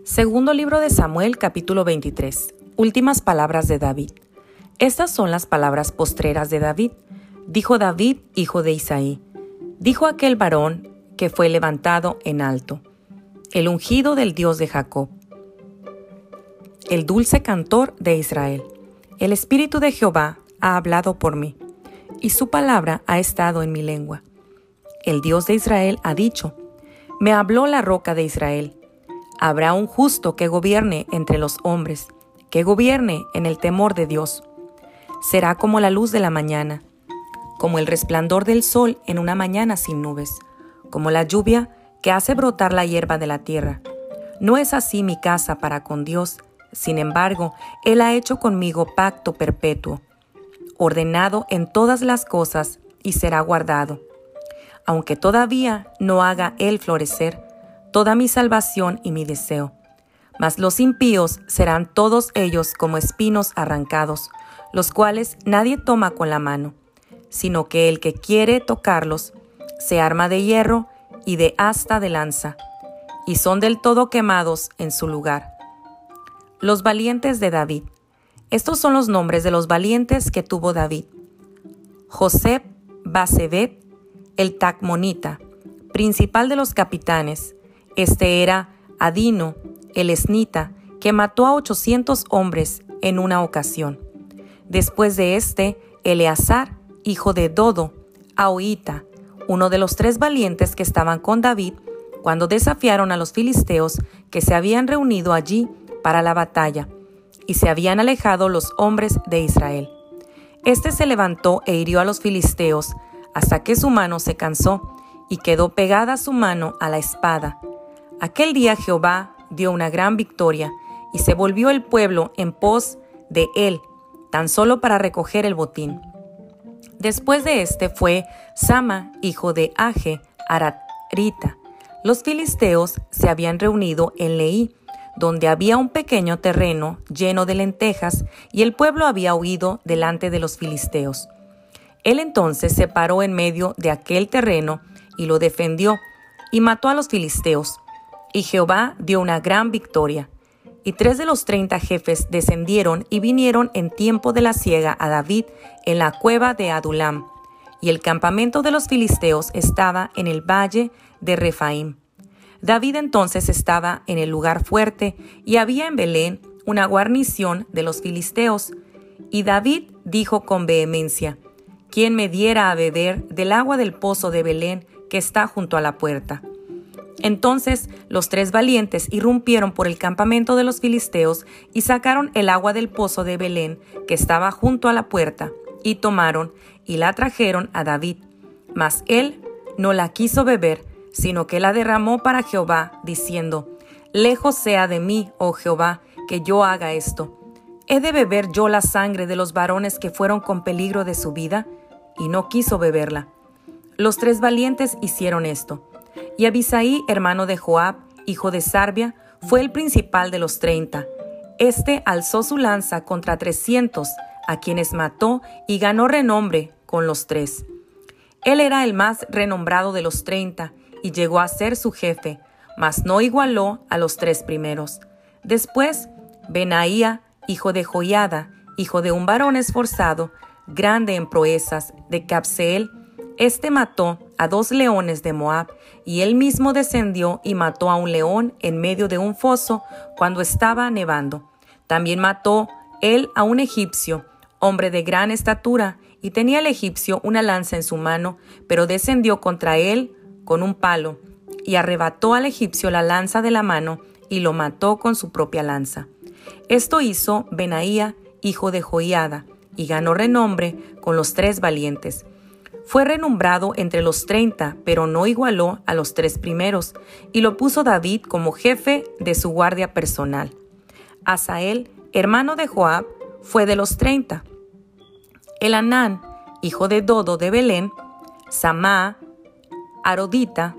Segundo libro de Samuel, capítulo 23. Últimas palabras de David. Estas son las palabras postreras de David. Dijo David, hijo de Isaí. Dijo aquel varón que fue levantado en alto, el ungido del Dios de Jacob, el dulce cantor de Israel. El Espíritu de Jehová ha hablado por mí, y su palabra ha estado en mi lengua. El Dios de Israel ha dicho, me habló la roca de Israel. Habrá un justo que gobierne entre los hombres, que gobierne en el temor de Dios. Será como la luz de la mañana, como el resplandor del sol en una mañana sin nubes, como la lluvia que hace brotar la hierba de la tierra. No es así mi casa para con Dios, sin embargo, Él ha hecho conmigo pacto perpetuo, ordenado en todas las cosas y será guardado. Aunque todavía no haga Él florecer toda mi salvación y mi deseo. Mas los impíos serán todos ellos como espinos arrancados, los cuales nadie toma con la mano, sino que el que quiere tocarlos se arma de hierro y de asta de lanza, y son del todo quemados en su lugar. Los valientes de David. Estos son los nombres de los valientes que tuvo David. Josep Basebet, el Tacmonita, principal de los capitanes. Este era Adino, el esnita, que mató a 800 hombres en una ocasión. Después de este, Eleazar, hijo de Dodo, Ahoita, uno de los 3 valientes que estaban con David cuando desafiaron a los filisteos que se habían reunido allí para la batalla, y se habían alejado los hombres de Israel. Este se levantó e hirió a los filisteos hasta que su mano se cansó y quedó pegada su mano a la espada. Aquel día Jehová dio una gran victoria y se volvió el pueblo en pos de él, tan solo para recoger el botín. Después de este fue Sama, hijo de Age, Ararita. Los filisteos se habían reunido en Leí, donde había un pequeño terreno lleno de lentejas, y el pueblo había huido delante de los filisteos. Él entonces se paró en medio de aquel terreno y lo defendió, y mató a los filisteos. Y Jehová dio una gran victoria. Y 3 de los 30 jefes descendieron y vinieron en tiempo de la siega a David en la cueva de Adulam, y el campamento de los filisteos estaba en el valle de Refaim. David entonces estaba en el lugar fuerte, y había en Belén una guarnición de los filisteos. Y David dijo con vehemencia, ¿quién me diera a beber del agua del pozo de Belén que está junto a la puerta? Entonces los 3 valientes irrumpieron por el campamento de los filisteos y sacaron el agua del pozo de Belén que estaba junto a la puerta, y tomaron y la trajeron a David. Mas él no la quiso beber, sino que la derramó para Jehová, diciendo, lejos sea de mí, oh Jehová, que yo haga esto. ¿He de beber yo la sangre de los varones que fueron con peligro de su vida? Y no quiso beberla. Los 3 valientes hicieron esto. Y Abisaí, hermano de Joab, hijo de Sarbia, fue el principal de los 30. Este alzó su lanza contra 300, a quienes mató y ganó renombre con los 3. Él era el más renombrado de los 30 y llegó a ser su jefe, mas no igualó a los 3 primeros. Después, Benaía, hijo de Joiada, hijo de un varón esforzado, grande en proezas, de Cabseel, este mató a 2 leones de Moab, y él mismo descendió y mató a un león en medio de un foso cuando estaba nevando. También mató él a un egipcio, hombre de gran estatura, y tenía el egipcio una lanza en su mano, pero descendió contra él con un palo, y arrebató al egipcio la lanza de la mano, y lo mató con su propia lanza. Esto hizo Benaía, hijo de Joiada, y ganó renombre con los 3 valientes. Fue renombrado entre los 30, pero no igualó a los 3 primeros, y lo puso David como jefe de su guardia personal. Asael, hermano de Joab, fue de los 30. Elanán, hijo de Dodo de Belén, Samá, Arodita,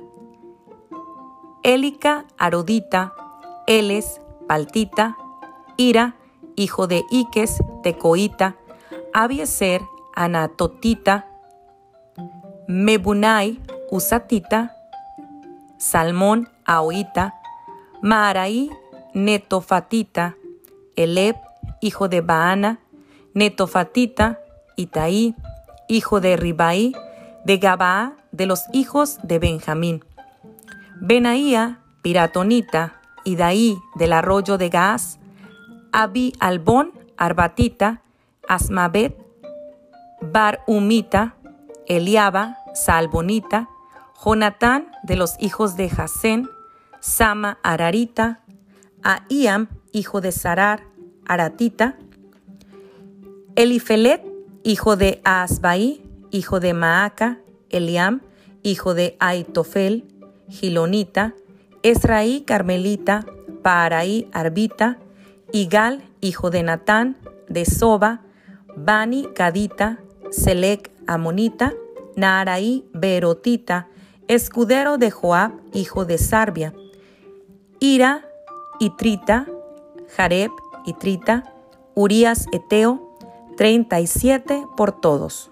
Élica, Arodita, Eles, Paltita, Ira, hijo de Iques, Tecoita, Abiezer, Anatotita, Mebunai, Usatita, Salmón, Ahoita, Maaraí, netofatita, Eleb, hijo de Baana, netofatita, Itaí, hijo de Ribai, de Gabaa, de los hijos de Benjamín. Benaía, piratonita, Idaí, del arroyo de Gaas, Abi Albón, Arbatita, Asmabet, Bar-Umita, Eliaba, Salbonita, Jonatán, de los hijos de Jasén, Sama Ararita, Ahiam, hijo de Sarar, Aratita, Elifelet, hijo de Asbaí, hijo de Maaca, Eliam, hijo de Aitofel, Gilonita, Esraí, Carmelita, Paaraí, Arbita, Igal, hijo de Natán, de Soba, Bani, Gadita, Selec, Amonita, Naaraí, Beerotita, escudero de Joab, hijo de Sarbia, Ira, Itrita, Jareb, Itrita, Urías, Eteo, 37 por todos.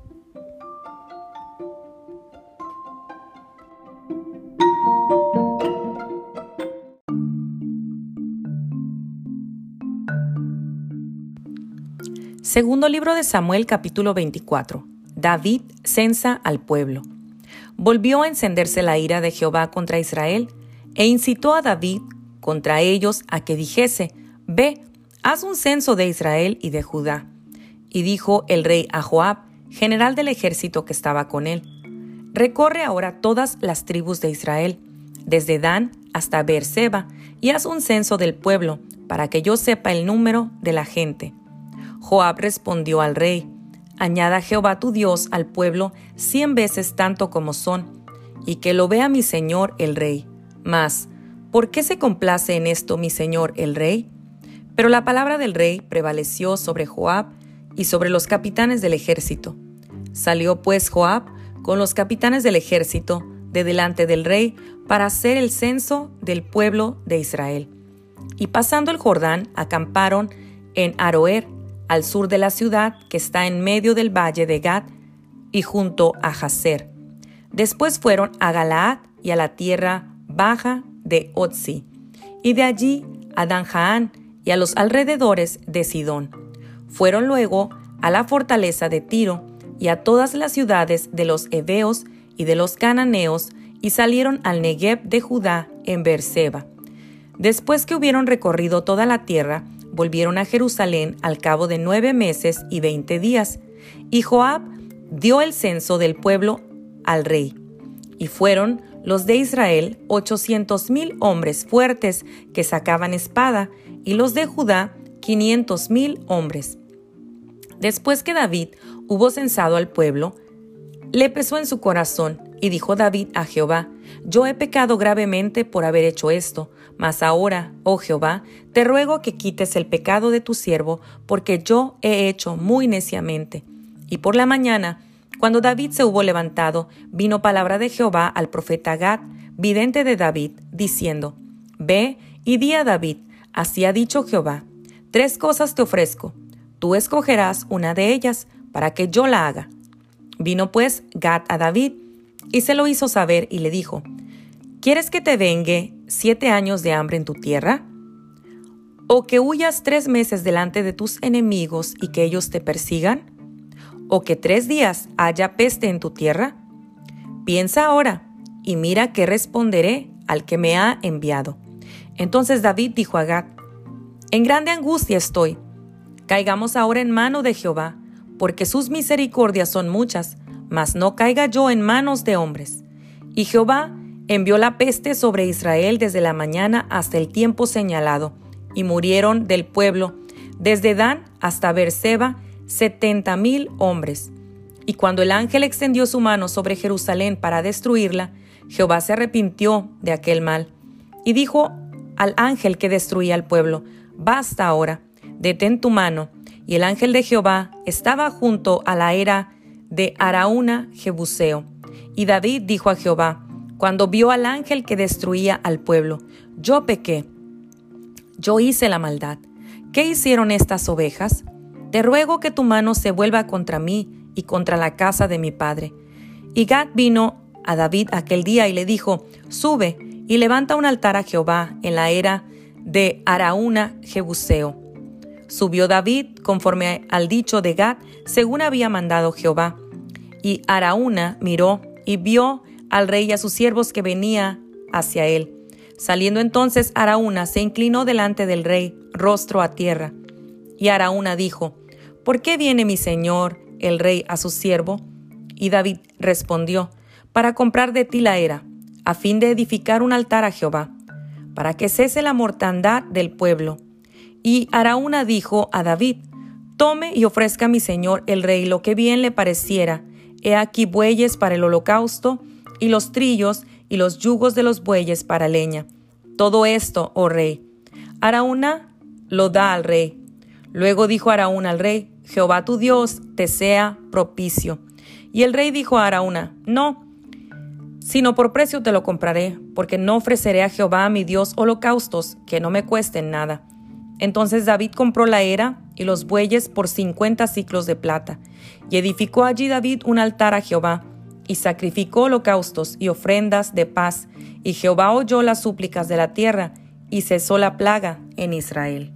Segundo libro de Samuel, capítulo 24. David censa al pueblo. Volvió a encenderse la ira de Jehová contra Israel, e incitó a David contra ellos a que dijese: Ve, haz un censo de Israel y de Judá. Y dijo el rey a Joab, general del ejército que estaba con él: Recorre ahora todas las tribus de Israel, desde Dan hasta Beerseba, y haz un censo del pueblo, para que yo sepa el número de la gente. Joab respondió al rey: Añada Jehová tu Dios al pueblo 100 veces tanto como son, y que lo vea mi señor el rey. Mas, ¿por qué se complace en esto mi señor el rey? Pero la palabra del rey prevaleció sobre Joab y sobre los capitanes del ejército. Salió pues Joab con los capitanes del ejército de delante del rey para hacer el censo del pueblo de Israel. Y pasando el Jordán, acamparon en Aroer, al sur de la ciudad, que está en medio del valle de Gad y junto a Jazer. Después fueron a Galaad y a la tierra baja de Otzi, y de allí a Dan-Jaán y a los alrededores de Sidón. Fueron luego a la fortaleza de Tiro y a todas las ciudades de los heveos y de los cananeos, y salieron al Negueb de Judá en Beerseba. Después que hubieron recorrido toda la tierra, volvieron a Jerusalén al cabo de 9 meses y 20 días, y Joab dio el censo del pueblo al rey. Y fueron los de Israel 800,000 hombres fuertes que sacaban espada, y los de Judá 500,000 hombres. Después que David hubo censado al pueblo, le pesó en su corazón, y dijo David a Jehová: Yo he pecado gravemente por haber hecho esto, mas ahora, oh Jehová, te ruego que quites el pecado de tu siervo, porque yo he hecho muy neciamente. Y por la mañana, cuando David se hubo levantado, vino palabra de Jehová al profeta Gad, vidente de David, diciendo: Ve y di a David: Así ha dicho Jehová, 3 cosas te ofrezco, tú escogerás una de ellas, para que yo la haga. Vino pues Gad a David, y se lo hizo saber, y le dijo: ¿Quieres que te vengue 7 años de hambre en tu tierra? ¿O que huyas 3 meses delante de tus enemigos y que ellos te persigan? ¿O que 3 días haya peste en tu tierra? Piensa ahora, y mira qué responderé al que me ha enviado. Entonces David dijo a Gad: En grande angustia estoy. Caigamos ahora en mano de Jehová, porque sus misericordias son muchas, mas no caiga yo en manos de hombres. Y Jehová envió la peste sobre Israel desde la mañana hasta el tiempo señalado, y murieron del pueblo, desde Dan hasta Beerseba, 70,000 hombres. Y cuando el ángel extendió su mano sobre Jerusalén para destruirla, Jehová se arrepintió de aquel mal, y dijo al ángel que destruía al pueblo: Basta ahora, detén tu mano. Y el ángel de Jehová estaba junto a la era de Araúna Jebuseo. Y David dijo a Jehová, cuando vio al ángel que destruía al pueblo: Yo pequé, yo hice la maldad. ¿Qué hicieron estas ovejas? Te ruego que tu mano se vuelva contra mí y contra la casa de mi padre. Y Gad vino a David aquel día y le dijo: Sube y levanta un altar a Jehová en la era de Araúna Jebuseo. Subió David conforme al dicho de Gad, según había mandado Jehová. Y Araúna miró y vio al rey y a sus siervos que venía hacia él. Saliendo entonces Araúna se inclinó delante del rey, rostro a tierra. Y Araúna dijo: ¿Por qué viene mi señor el rey a su siervo? Y David respondió: para comprar de ti la era, a fin de edificar un altar a Jehová, para que cese la mortandad del pueblo. Y Araúna dijo a David: tome y ofrezca a mi señor el rey lo que bien le pareciera. He aquí bueyes para el holocausto, y los trillos y los yugos de los bueyes para leña. Todo esto, oh rey. Araúna lo da al rey. Luego dijo Araúna al rey: Jehová tu Dios te sea propicio. Y el rey dijo a Araúna: no, sino por precio te lo compraré, porque no ofreceré a Jehová mi Dios holocaustos que no me cuesten nada. Entonces David compró la era y los bueyes por 50 siclos de plata, y edificó allí David un altar a Jehová, y sacrificó holocaustos y ofrendas de paz, y Jehová oyó las súplicas de la tierra, y cesó la plaga en Israel.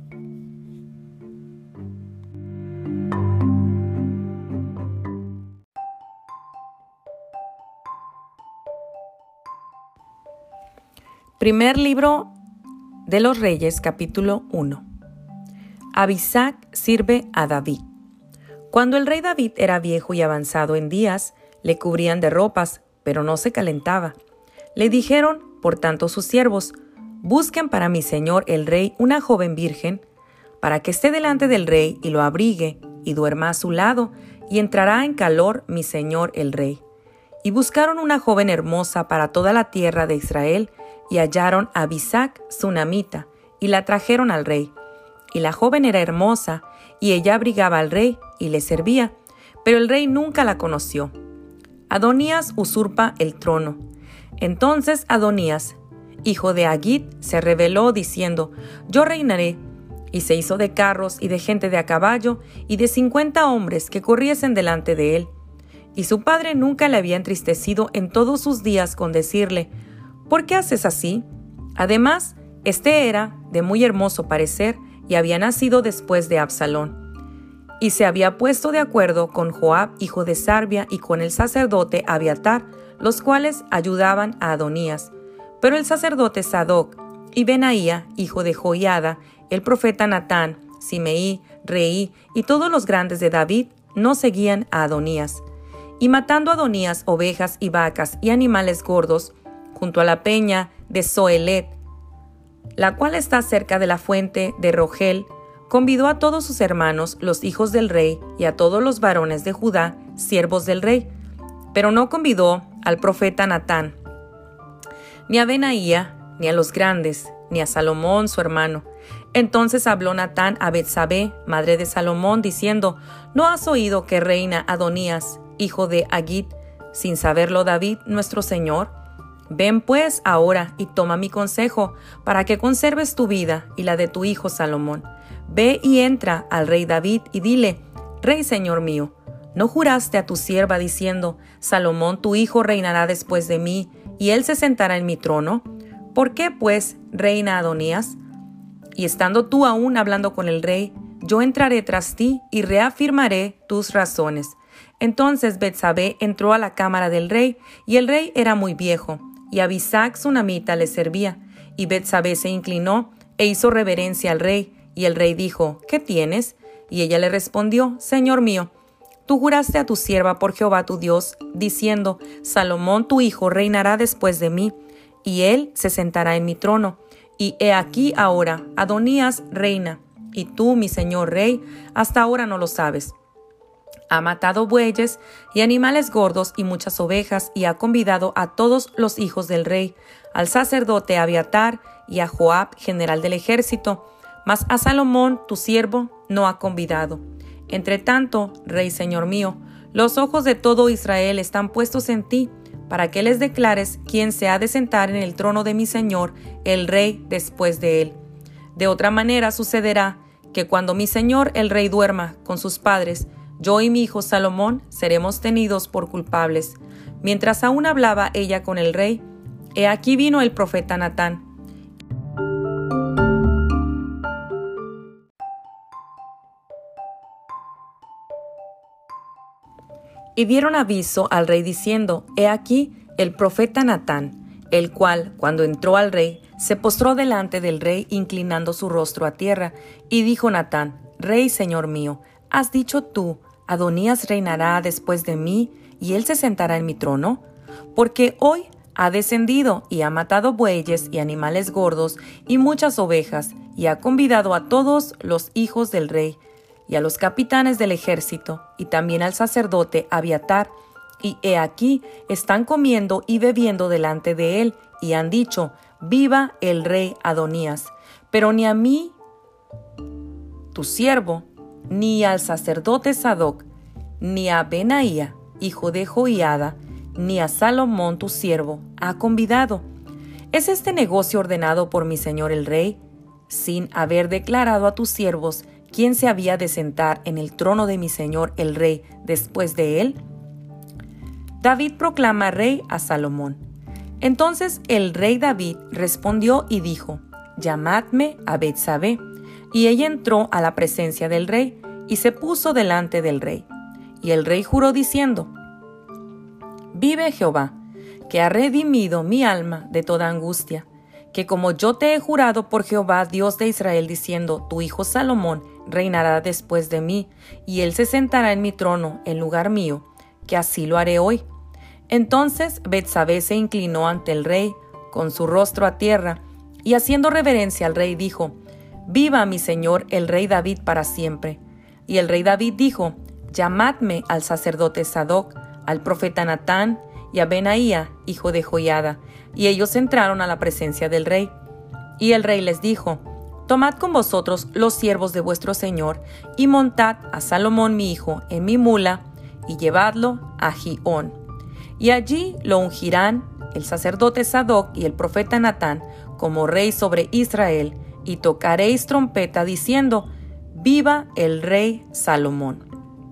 Primer libro de los Reyes, capítulo 1. Abisac sirve a David. Cuando el rey David era viejo y avanzado en días, le cubrían de ropas, pero no se calentaba. Le dijeron, por tanto, sus siervos: busquen para mi señor el rey una joven virgen, para que esté delante del rey y lo abrigue, y duerma a su lado, y entrará en calor mi señor el rey. Y buscaron una joven hermosa para toda la tierra de Israel, y hallaron a Abisac sunamita, y la trajeron al rey. Y la joven era hermosa, y ella abrigaba al rey, y le servía, pero el rey nunca la conoció. Adonías usurpa el trono. Entonces Adonías, hijo de Agit, se rebeló diciendo: yo reinaré. Y se hizo de carros y de gente de a caballo, y de 50 hombres que corriesen delante de él. Y su padre nunca le había entristecido en todos sus días con decirle: ¿por qué haces así? Además, este era de muy hermoso parecer, y había nacido después de Absalón. Y se había puesto de acuerdo con Joab, hijo de Sarvia, y con el sacerdote Abiatar, los cuales ayudaban a Adonías. Pero el sacerdote Sadoc y Benaía, hijo de Joiada, el profeta Natán, Simeí, Reí y todos los grandes de David no seguían a Adonías. Y matando a Adonías ovejas y vacas y animales gordos, junto a la peña de Zoelet, la cual está cerca de la fuente de Rogel, convidó a todos sus hermanos, los hijos del rey, y a todos los varones de Judá, siervos del rey, pero no convidó al profeta Natán, ni a Benaía, ni a los grandes, ni a Salomón su hermano. Entonces habló Natán a Betsabé, madre de Salomón, diciendo: ¿no has oído que reina Adonías, hijo de Agit, sin saberlo David, nuestro señor? Ven pues ahora y toma mi consejo, para que conserves tu vida y la de tu hijo Salomón. Ve y entra al rey David y dile: Rey señor mío, ¿no juraste a tu sierva diciendo: Salomón tu hijo reinará después de mí, y él se sentará en mi trono? ¿Por qué pues reina Adonías? Y estando tú aún hablando con el rey, yo entraré tras ti y reafirmaré tus razones. Entonces Betsabé entró a la cámara del rey, y el rey era muy viejo, y Abisac sunamita le servía. Y Betsabé se inclinó e hizo reverencia al rey, y el rey dijo: ¿qué tienes? Y ella le respondió: Señor mío, tú juraste a tu sierva por Jehová tu Dios, diciendo: Salomón tu hijo reinará después de mí, y él se sentará en mi trono. Y he aquí ahora, Adonías reina, y tú, mi señor rey, hasta ahora no lo sabes. Ha matado bueyes y animales gordos y muchas ovejas, y ha convidado a todos los hijos del rey, al sacerdote Abiatar y a Joab, general del ejército, mas a Salomón, tu siervo, no ha convidado. Entre tanto, rey señor mío, los ojos de todo Israel están puestos en ti, para que les declares quién se ha de sentar en el trono de mi señor, el rey, después de él. De otra manera sucederá que cuando mi señor el rey duerma con sus padres, yo y mi hijo Salomón seremos tenidos por culpables. Mientras aún hablaba ella con el rey, he aquí vino el profeta Natán. y dieron aviso al rey diciendo: He aquí el profeta Natán, el cual, cuando entró al rey, se postró delante del rey, inclinando su rostro a tierra, y dijo Natán: Rey, señor mío, ¿has dicho tú, Adonías reinará después de mí, y él se sentará en mi trono? Porque hoy ha descendido y ha matado bueyes y animales gordos y muchas ovejas, y ha convidado a todos los hijos del rey, y a los capitanes del ejército, y también al sacerdote Abiatar, y he aquí están comiendo y bebiendo delante de él, y han dicho: Viva el rey Adonías. Pero ni a mí, tu siervo, ni al sacerdote Sadoc, ni a Benaía, hijo de Joiada, ni a Salomón tu siervo, ha convidado. ¿Es este negocio ordenado por mi señor el rey, sin haber declarado a tus siervos quién se había de sentar en el trono de mi señor el rey después de él? David proclama rey a Salomón. Entonces el rey David respondió y dijo: Llamadme a Betsabé. Y ella entró a la presencia del rey y se puso delante del rey. Y el rey juró diciendo: Vive Jehová, que ha redimido mi alma de toda angustia, que como yo te he jurado por Jehová, Dios de Israel, diciendo: Tu hijo Salomón reinará después de mí, y él se sentará en mi trono en lugar mío, que así lo haré hoy. Entonces Betsabé se inclinó ante el rey, con su rostro a tierra, y haciendo reverencia al rey dijo: Viva mi señor el rey David para siempre. Y el rey David dijo: Llamadme al sacerdote Sadoc, al profeta Natán y a Benaía, hijo de Joiada. Y ellos entraron a la presencia del rey. Y el rey les dijo: Tomad con vosotros los siervos de vuestro señor, y montad a Salomón mi hijo en mi mula, y llevadlo a Gihón. Y allí lo ungirán el sacerdote Sadoc y el profeta Natán como rey sobre Israel, y tocaréis trompeta diciendo: Viva el rey Salomón.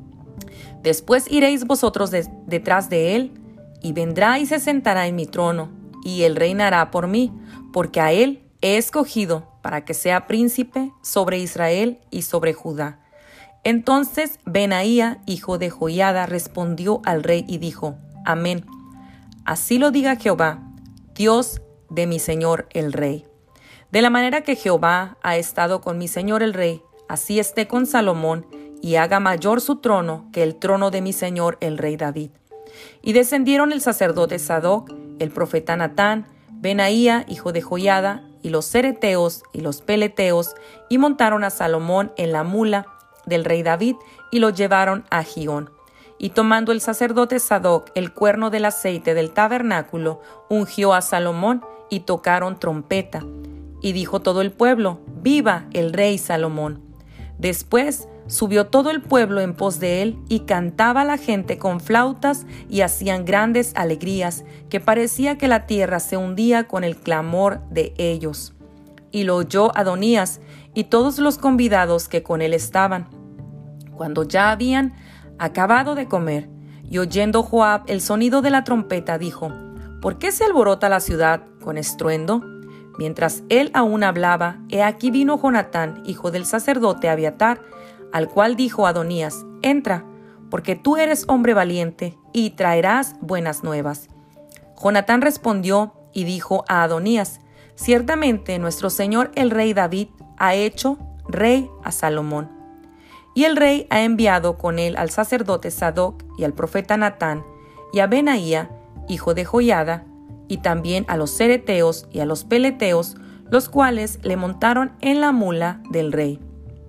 Después iréis vosotros detrás de él, y vendrá y se sentará en mi trono, y él reinará por mí, porque a él he escogido para que sea príncipe sobre Israel y sobre Judá. Entonces Benaía, hijo de Joiada, respondió al rey y dijo: Amén. Así lo diga Jehová, Dios de mi señor el rey. De la manera que Jehová ha estado con mi señor el rey, así esté con Salomón, y haga mayor su trono que el trono de mi señor el rey David. Y descendieron el sacerdote Sadoc, el profeta Natán, Benaía, hijo de Joiada, y los cereteos y los peleteos, y montaron a Salomón en la mula del rey David, y lo llevaron a Gihón. Y tomando el sacerdote Sadoc el cuerno del aceite del tabernáculo, ungió a Salomón, y tocaron trompeta. Y dijo todo el pueblo: Viva el rey Salomón. Después subió todo el pueblo en pos de él, y cantaba la gente con flautas, y hacían grandes alegrías, que parecía que la tierra se hundía con el clamor de ellos. Y lo oyó Adonías y todos los convidados que con él estaban. Cuando ya habían acabado de comer, y oyendo Joab el sonido de la trompeta, dijo: ¿Por qué se alborota la ciudad con estruendo? Mientras él aún hablaba, he aquí vino Jonatán, hijo del sacerdote Abiatar, al cual dijo Adonías: Entra, porque tú eres hombre valiente, y traerás buenas nuevas. Jonatán respondió y dijo a Adonías: Ciertamente nuestro señor el rey David ha hecho rey a Salomón. Y el rey ha enviado con él al sacerdote Sadoc y al profeta Natán, y a Benaía, hijo de Joiada, y también a los cereteos y a los peleteos, los cuales le montaron en la mula del rey.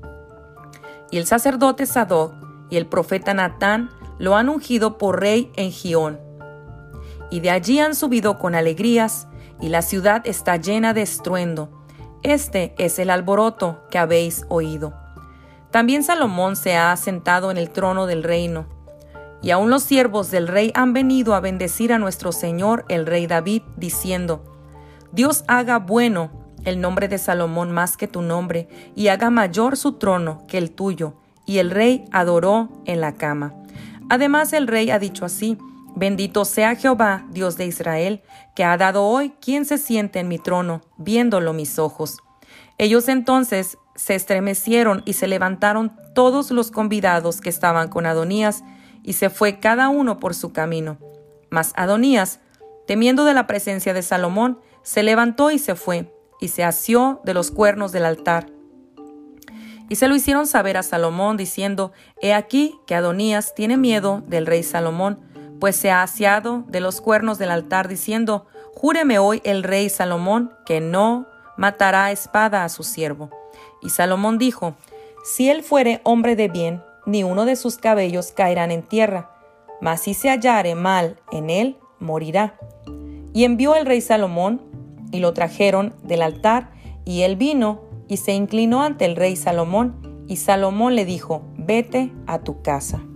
Y el sacerdote Sadoc y el profeta Natán lo han ungido por rey en Gihón. Y de allí han subido con alegrías, y la ciudad está llena de estruendo. Este es el alboroto que habéis oído. También Salomón se ha sentado en el trono del reino. Y aun los siervos del rey han venido a bendecir a nuestro señor el rey David, diciendo: Dios haga bueno el nombre de Salomón más que tu nombre, y haga mayor su trono que el tuyo. Y el rey adoró en la cama. Además el rey ha dicho así: Bendito sea Jehová, Dios de Israel, que ha dado hoy quien se siente en mi trono, viéndolo mis ojos. Ellos entonces se estremecieron y se levantaron todos los convidados que estaban con Adonías, y se fue cada uno por su camino. Mas Adonías, temiendo de la presencia de Salomón, se levantó y se fue, y se asió de los cuernos del altar. Y se lo hicieron saber a Salomón, diciendo: He aquí que Adonías tiene miedo del rey Salomón, pues se ha asiado de los cuernos del altar, diciendo: Júreme hoy el rey Salomón que no matará a espada a su siervo. Y Salomón dijo: Si él fuere hombre de bien, ni uno de sus cabellos caerán en tierra, mas si se hallare mal en él, morirá. Y envió el rey Salomón, y lo trajeron del altar, y él vino y se inclinó ante el rey Salomón, y Salomón le dijo: Vete a tu casa.